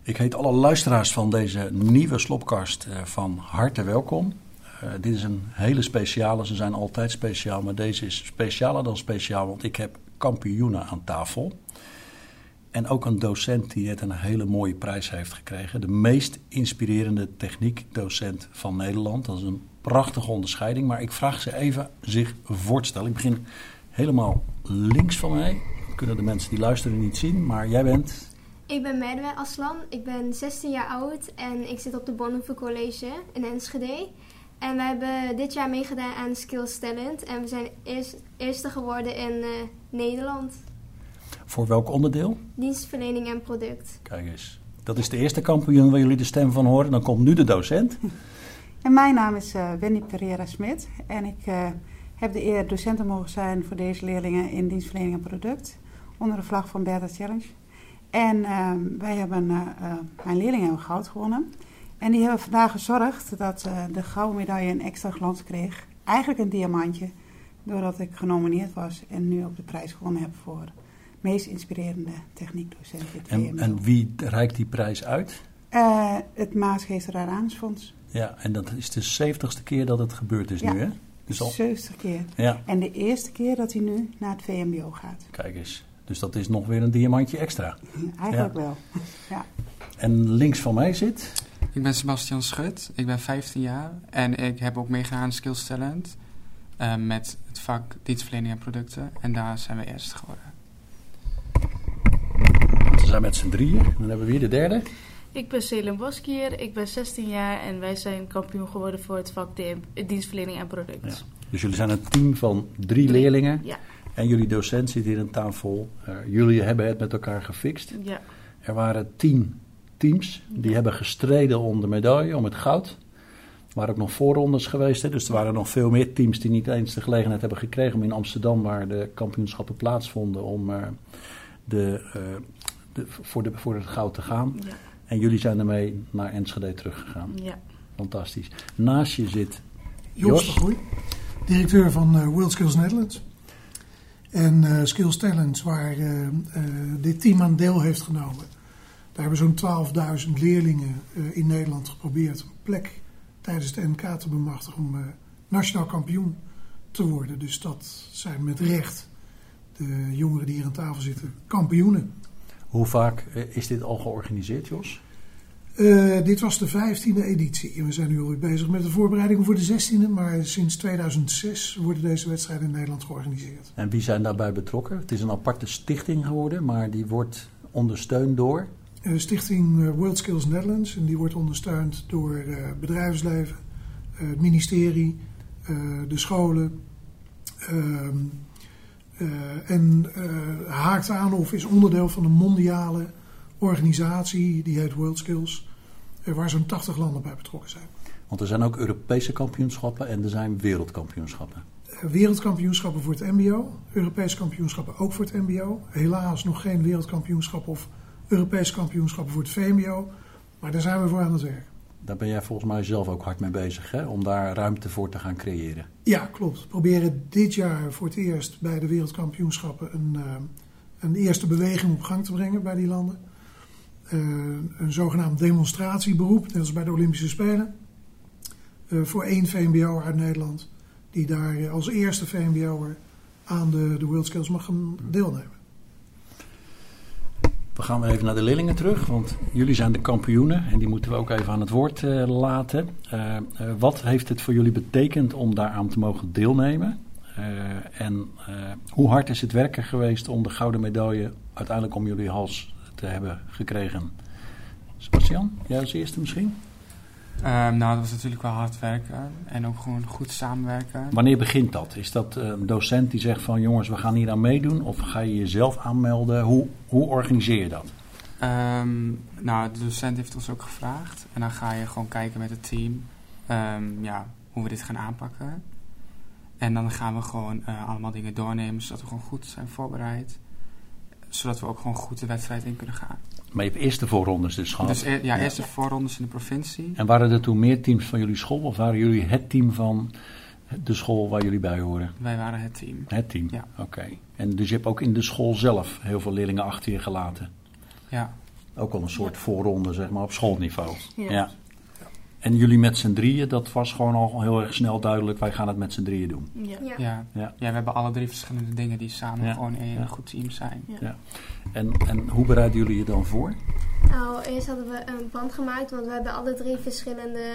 Ik heet alle luisteraars van deze nieuwe Slopkast van harte welkom. Dit is een hele speciale, ze zijn altijd speciaal, maar deze is specialer dan speciaal, want ik heb kampioenen aan tafel. En ook een docent die net een hele mooie prijs heeft gekregen. De meest inspirerende techniekdocent van Nederland. Dat is een prachtige onderscheiding, maar ik vraag ze even zich voor te stellen. Ik begin helemaal links van mij. Dat kunnen de mensen die luisteren niet zien, maar jij bent... Ik ben Merve Aslan, ik ben 16 jaar oud en ik zit op de Bonhoeffer College in Enschede. En we hebben dit jaar meegedaan aan Skills Talent en we zijn eerste geworden in Nederland. Voor welk onderdeel? Dienstverlening en product. Kijk eens, dat is de eerste kampioen waar jullie de stem van horen. Dan komt nu de docent. En mijn naam is Wendy Pereira-Smit en ik heb de eer docenten mogen zijn voor deze leerlingen in dienstverlening en product onder de vlag van Bertha Challenge. En wij hebben, mijn leerlingen hebben goud gewonnen. En die hebben vandaag gezorgd dat de gouden medaille een extra glans kreeg. Eigenlijk een diamantje, doordat ik genomineerd was en nu ook de prijs gewonnen heb voor meest inspirerende techniekdocent. En wie reikt die prijs uit? Het Maasgeester Raranisfonds. Ja, en dat is de 70ste keer dat het gebeurd is nu, hè? Dus 70 keer. Ja. En de eerste keer dat hij nu naar het VMBO gaat. Kijk eens. Dus dat is nog weer een diamantje extra. Eigenlijk wel, ja. En links van mij zit... Ik ben Sebastian Schut, ik ben 15 jaar en ik heb ook meegedaan aan Skills Talent met het vak dienstverlening en producten. En daar zijn we eerst geworden. We zijn met z'n drieën. Dan hebben we weer de derde. Ik ben Selim Boskier, ik ben 16 jaar en wij zijn kampioen geworden voor het vak dienstverlening en product. Ja. Dus jullie zijn een team van 3 leerlingen. Ja. En jullie docent zit hier aan tafel. Jullie hebben het met elkaar gefixt. Ja. Er waren 10 teams die hebben gestreden om de medaille, om het goud. Er waren ook nog voorrondes geweest. Hè? Dus er waren nog veel meer teams die niet eens de gelegenheid hebben gekregen om in Amsterdam, waar de kampioenschappen plaatsvonden, om voor het goud te gaan. Ja. En jullie zijn ermee naar Enschede teruggegaan. Ja. Fantastisch. Naast je zit Jos de Groei, directeur van World Skills Netherlands. En Skills Talents, waar dit team aan deel heeft genomen. Daar hebben zo'n 12.000 leerlingen in Nederland geprobeerd een plek tijdens de NK te bemachtigen om nationaal kampioen te worden. Dus dat zijn met recht de jongeren die hier aan tafel zitten kampioenen. Hoe vaak is dit al georganiseerd, Jos? Dit was de 15e editie. En we zijn nu alweer bezig met de voorbereidingen voor de 16e. Maar sinds 2006 worden deze wedstrijden in Nederland georganiseerd. En wie zijn daarbij betrokken? Het is een aparte stichting geworden, maar die wordt ondersteund door... Stichting World Skills Netherlands. En die wordt ondersteund door bedrijfsleven, het ministerie, de scholen. Haakt aan of is onderdeel van een mondiale organisatie, die heet World Skills, waar zo'n 80 landen bij betrokken zijn. Want er zijn ook Europese kampioenschappen en er zijn wereldkampioenschappen. Wereldkampioenschappen voor het mbo, Europese kampioenschappen ook voor het mbo. Helaas nog geen wereldkampioenschappen of Europese kampioenschappen voor het VMBO, maar daar zijn we voor aan het werk. Daar ben jij volgens mij zelf ook hard mee bezig, hè? Om daar ruimte voor te gaan creëren. Ja, klopt. We proberen dit jaar voor het eerst bij de wereldkampioenschappen een eerste beweging op gang te brengen bij die landen. Een zogenaamd demonstratieberoep, net als bij de Olympische Spelen. Voor 1 VMBO'er uit Nederland, die daar als eerste VMBO'er aan de World Skills mag gaan deelnemen. We gaan even naar de leerlingen terug, want jullie zijn de kampioenen en die moeten we ook even aan het woord laten. Wat heeft het voor jullie betekend om daaraan te mogen deelnemen? En hoe hard is het werken geweest om de gouden medaille uiteindelijk om jullie hals te hebben gekregen? Sebastian, jij als eerste misschien? Dat was natuurlijk wel hard werken en ook gewoon goed samenwerken. Wanneer begint dat? Is dat een docent die zegt van jongens, we gaan hier aan meedoen? Of ga je jezelf aanmelden? Hoe organiseer je dat? De docent heeft ons ook gevraagd. En dan ga je gewoon kijken met het team hoe we dit gaan aanpakken. En dan gaan we gewoon allemaal dingen doornemen, zodat we gewoon goed zijn voorbereid. Zodat we ook gewoon goed de wedstrijd in kunnen gaan. Maar je hebt eerste voorrondes dus gehad? Dus eerste voorrondes in de provincie. En waren er toen meer teams van jullie school? Of waren jullie het team van de school waar jullie bij horen? Wij waren het team. Het team, ja. Oké. En dus je hebt ook in de school zelf heel veel leerlingen achter je gelaten? Ja. Ook al een soort voorronde, zeg maar, op schoolniveau. Ja. Ja. En jullie met z'n drieën, dat was gewoon al heel erg snel duidelijk. Wij gaan het met z'n drieën doen. Ja. Ja. Ja, we hebben alle 3 verschillende dingen die samen gewoon in een goed team zijn. Ja. En hoe bereiden jullie je dan voor? Nou, eerst hadden we een band gemaakt, want we hebben alle 3 verschillende...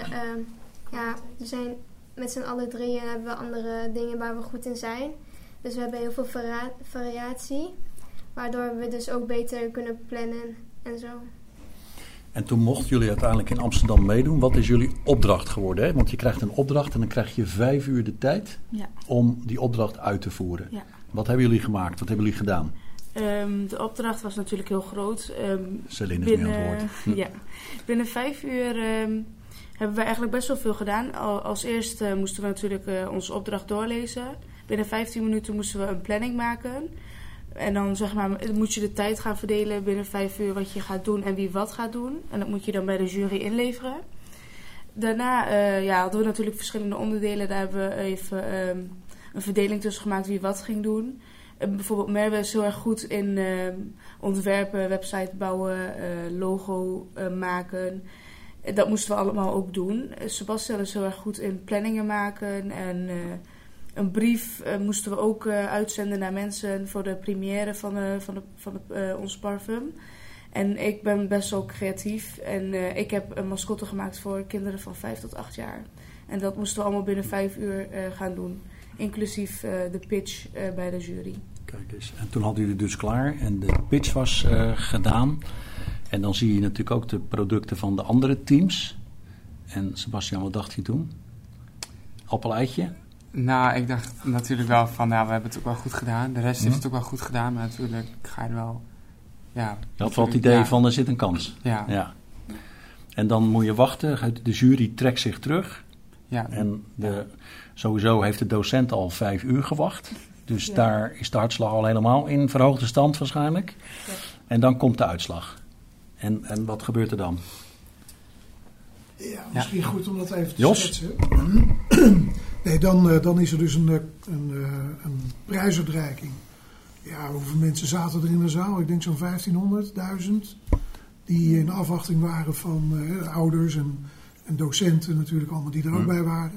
we zijn met z'n alle 3 en hebben we andere dingen waar we goed in zijn. Dus we hebben heel veel variatie, waardoor we dus ook beter kunnen plannen en zo. En toen mochten jullie uiteindelijk in Amsterdam meedoen. Wat is jullie opdracht geworden? Hè? Want je krijgt een opdracht en dan krijg je 5 uur de tijd om die opdracht uit te voeren. Ja. Wat hebben jullie gemaakt? Wat hebben jullie gedaan? De opdracht was natuurlijk heel groot. Celine is nu aan het woord. Ja, binnen 5 uur hebben we eigenlijk best wel veel gedaan. Als eerste moesten we natuurlijk onze opdracht doorlezen. Binnen 15 minuten moesten we een planning maken. En dan zeg maar, moet je de tijd gaan verdelen binnen 5 uur wat je gaat doen en wie wat gaat doen. En dat moet je dan bij de jury inleveren. Daarna hadden we natuurlijk verschillende onderdelen. Daar hebben we even een verdeling tussen gemaakt wie wat ging doen. Bijvoorbeeld Merwe is heel erg goed in ontwerpen, website bouwen, logo maken. Dat moesten we allemaal ook doen. Sebastian is heel erg goed in planningen maken en... Een brief moesten we ook uitzenden naar mensen voor de première van ons parfum. En ik ben best wel creatief. En ik heb een mascotte gemaakt voor kinderen van 5 tot 8 jaar. En dat moesten we allemaal binnen 5 uur gaan doen. Inclusief de pitch bij de jury. Kijk eens. En toen hadden jullie dus klaar en de pitch was gedaan. En dan zie je natuurlijk ook de producten van de andere teams. En Sebastian, wat dacht je toen? Appel-eitje? Nou, ik dacht natuurlijk wel van, we hebben het ook wel goed gedaan. De rest heeft het ook wel goed gedaan, maar natuurlijk ga je wel... Ja, je had wel het idee van, er zit een kans. Ja. En dan moet je wachten, de jury trekt zich terug. Ja. En sowieso heeft de docent al 5 uur gewacht. Dus daar is de hartslag al helemaal in verhoogde stand waarschijnlijk. Ja. En dan komt de uitslag. En wat gebeurt er dan? Ja, misschien goed om dat even te Jos? schetsen. Nee, dan is er dus een prijsuitreiking. Ja, hoeveel mensen zaten er in de zaal? Ik denk zo'n 1500, 1000. Die in afwachting waren van ouders en docenten natuurlijk allemaal die er ook bij waren.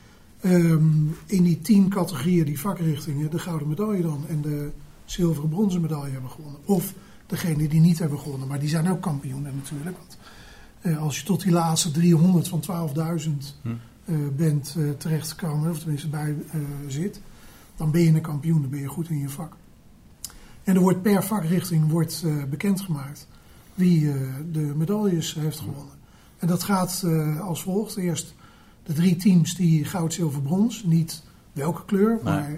In die 10 categorieën, die vakrichtingen, de gouden medaille dan en de zilveren bronzen medaille hebben gewonnen. Of degene die niet hebben gewonnen, maar die zijn ook kampioenen natuurlijk. Want als je tot die laatste 300 van 12.000 bent terechtgekomen, of tenminste bij zit, dan ben je een kampioen, dan ben je goed in je vak. En er wordt per vakrichting bekendgemaakt wie de medailles heeft gewonnen. En dat gaat als volgt. Eerst de 3 teams die goud, zilver, brons. Niet welke kleur, maar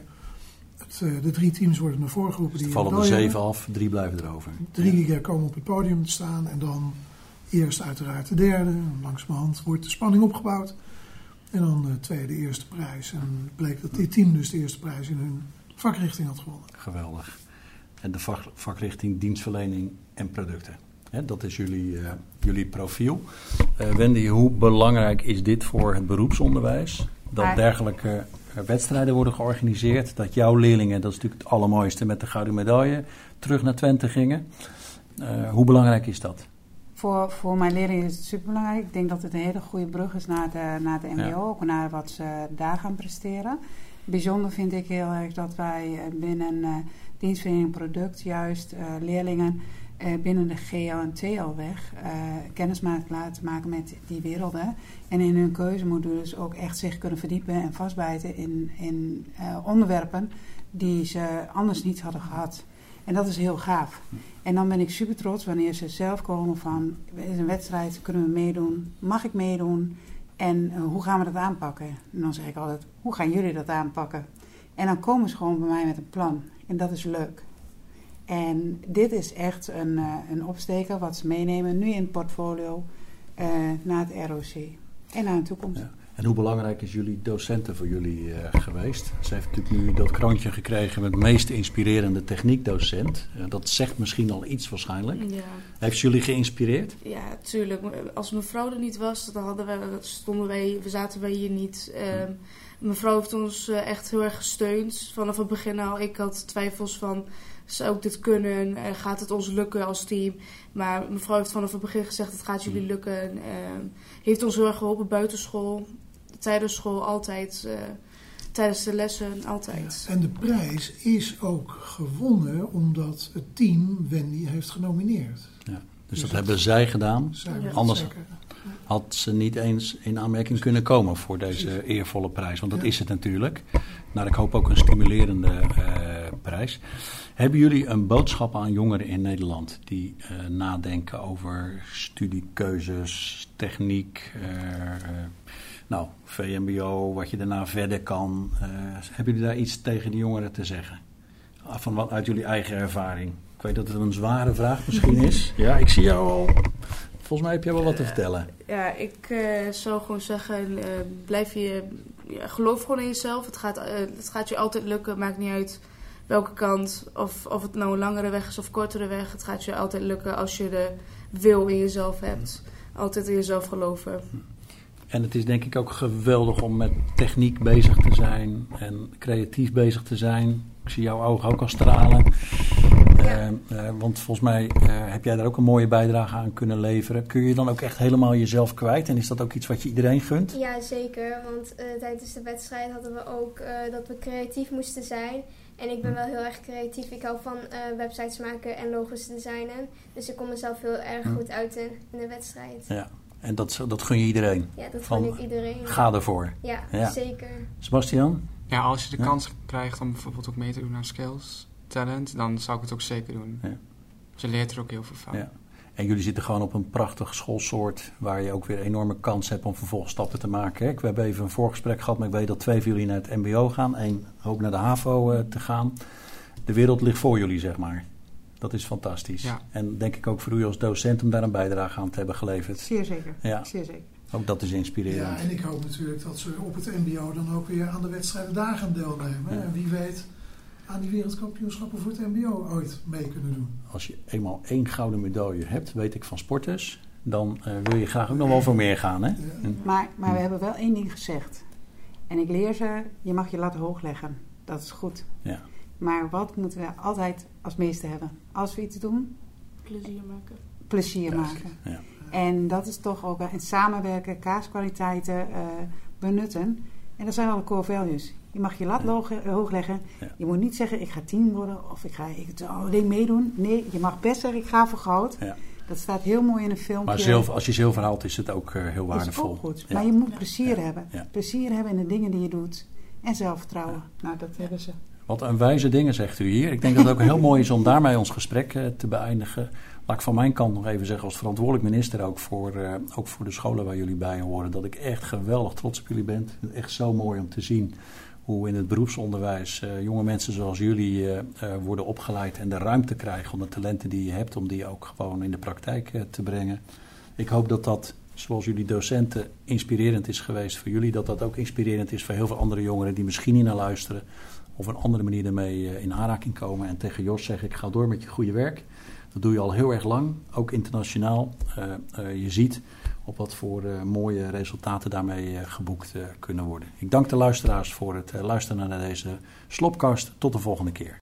de 3 teams worden naar voren geroepen. Dus vallen er 7 af, 3 blijven erover. 3 komen op het podium te staan en dan eerst uiteraard de derde. En langzamerhand wordt de spanning opgebouwd. En dan de tweede, eerste prijs. En het bleek dat dit team dus de eerste prijs in hun vakrichting had gewonnen. Geweldig. En de vakrichting dienstverlening en producten. Dat is jullie profiel. Wendy, hoe belangrijk is dit voor het beroepsonderwijs? Dat dergelijke wedstrijden worden georganiseerd. Dat jouw leerlingen, dat is natuurlijk het allermooiste met de gouden medaille, terug naar Twente gingen. Hoe belangrijk is dat? Voor mijn leerlingen is het superbelangrijk. Ik denk dat het een hele goede brug is naar de mbo, ook naar wat ze daar gaan presteren. Bijzonder vind ik heel erg dat wij binnen dienstverlening product juist leerlingen binnen de GL en TL-weg kennis laten maken met die werelden. En in hun keuzemodules ook echt zich kunnen verdiepen en vastbijten in onderwerpen die ze anders niet hadden gehad. En dat is heel gaaf. En dan ben ik super trots wanneer ze zelf komen van, is een wedstrijd, kunnen we meedoen? Mag ik meedoen? En hoe gaan we dat aanpakken? En dan zeg ik altijd, hoe gaan jullie dat aanpakken? En dan komen ze gewoon bij mij met een plan. En dat is leuk. En dit is echt een opsteker wat ze meenemen nu in het portfolio naar het ROC en naar de toekomst. Ja. En hoe belangrijk is jullie docenten voor jullie geweest? Ze heeft natuurlijk nu dat kroontje gekregen met meest inspirerende techniekdocent. Dat zegt misschien al iets waarschijnlijk. Ja. Heeft jullie geïnspireerd? Ja, tuurlijk. Als mevrouw er niet was, dan zaten wij hier niet. Mevrouw heeft ons echt heel erg gesteund vanaf het begin al. Ik had twijfels van, zou ik dit kunnen? Gaat het ons lukken als team? Maar mevrouw heeft vanaf het begin gezegd, het gaat jullie lukken. Heeft ons heel erg geholpen buiten school, tijdens school, altijd. Tijdens de lessen, altijd. Ja, en de prijs is ook gewonnen omdat het team Wendy heeft genomineerd. Ja, dus dat hebben zij gedaan. Anders zeker. had ze niet eens in aanmerking kunnen komen voor deze eervolle prijs. Want dat is het natuurlijk. Nou, ik hoop ook een stimulerende prijs. Hebben jullie een boodschap aan jongeren in Nederland die nadenken over studiekeuzes, techniek, VMBO, wat je daarna verder kan? Hebben jullie daar iets tegen de jongeren te zeggen? Uit jullie eigen ervaring. Ik weet dat het een zware vraag misschien is. Ja, ik zie jou al. Volgens mij heb jij wel wat te vertellen. Ja, ik zou gewoon zeggen, geloof gewoon in jezelf. Het gaat je altijd lukken, maakt niet uit welke kant. Of het nou een langere weg is of kortere weg. Het gaat je altijd lukken als je de wil in jezelf hebt. Altijd in jezelf geloven. En het is denk ik ook geweldig om met techniek bezig te zijn en creatief bezig te zijn. Ik zie jouw ogen ook al stralen. Want volgens mij heb jij daar ook een mooie bijdrage aan kunnen leveren. Kun je dan ook echt helemaal jezelf kwijt? En is dat ook iets wat je iedereen gunt? Ja, zeker. Want tijdens de wedstrijd hadden we ook dat we creatief moesten zijn. En ik ben wel heel erg creatief. Ik hou van websites maken en logos designen. Dus ik kom mezelf heel erg goed uit in de wedstrijd. Ja. En dat gun je iedereen? Ja, dat gun ik iedereen. Ga ervoor. Ja, zeker. Sebastian? Ja, als je de kans krijgt om bijvoorbeeld ook mee te doen aan Skills Talent, dan zou ik het ook zeker doen. Ja. Dus je leert er ook heel veel van. Ja. En jullie zitten gewoon op een prachtig schoolsoort waar je ook weer enorme kans hebt om vervolgstappen te maken. Hè? We hebben even een voorgesprek gehad, maar ik weet dat 2 van jullie naar het mbo gaan. 1 ook naar de HAVO te gaan. De wereld ligt voor jullie, zeg maar. Dat is fantastisch. Ja. En denk ik ook voor u als docent om daar een bijdrage aan te hebben geleverd. Zeer zeker. Ja. Zeer zeker. Ook dat is inspirerend. Ja, en ik hoop natuurlijk dat ze op het mbo dan ook weer aan de wedstrijden daar gaan deelnemen. Ja. En wie weet aan die wereldkampioenschappen voor het mbo ooit mee kunnen doen. Als je eenmaal 1 gouden medaille hebt, weet ik van sporters, dan wil je graag ook nog wel voor meer gaan. Hè? Ja. Maar we hebben wel 1 ding gezegd. En ik leer ze, je mag je lat hoog leggen. Dat is goed. Ja. Maar wat moeten we altijd als meeste hebben? Als we iets doen? Plezier maken. Ja. En dat is toch ook in samenwerken, kaaskwaliteiten benutten. En dat zijn alle core values. Je mag je lat hoog leggen. Ja. Je moet niet zeggen, ik ga 10 worden of ik ga alleen meedoen. Nee, je mag best zeggen, ik ga voor goud. Ja. Dat staat heel mooi in een filmpje. Maar als je zilver haalt, is het ook heel waardevol. Is ook goed. Ja. Maar je moet plezier hebben. Ja. Plezier hebben in de dingen die je doet. En zelfvertrouwen. Ja. Nou, dat hebben ze. Wat een wijze dingen zegt u hier. Ik denk dat het ook heel mooi is om daarmee ons gesprek te beëindigen. Laat ik van mijn kant nog even zeggen, als verantwoordelijk minister ook voor de scholen waar jullie bij horen, dat ik echt geweldig trots op jullie ben. Het is echt zo mooi om te zien hoe in het beroepsonderwijs jonge mensen zoals jullie worden opgeleid en de ruimte krijgen om de talenten die je hebt, om die ook gewoon in de praktijk te brengen. Ik hoop dat dat, zoals jullie docenten, inspirerend is geweest voor jullie, dat dat ook inspirerend is voor heel veel andere jongeren die misschien niet naar luisteren of op een andere manier ermee in aanraking komen. En tegen Jos zeg ik, ga door met je goede werk. Dat doe je al heel erg lang, ook internationaal. Je ziet op wat voor mooie resultaten daarmee geboekt kunnen worden. Ik dank de luisteraars voor het luisteren naar deze Slopcast. Tot de volgende keer.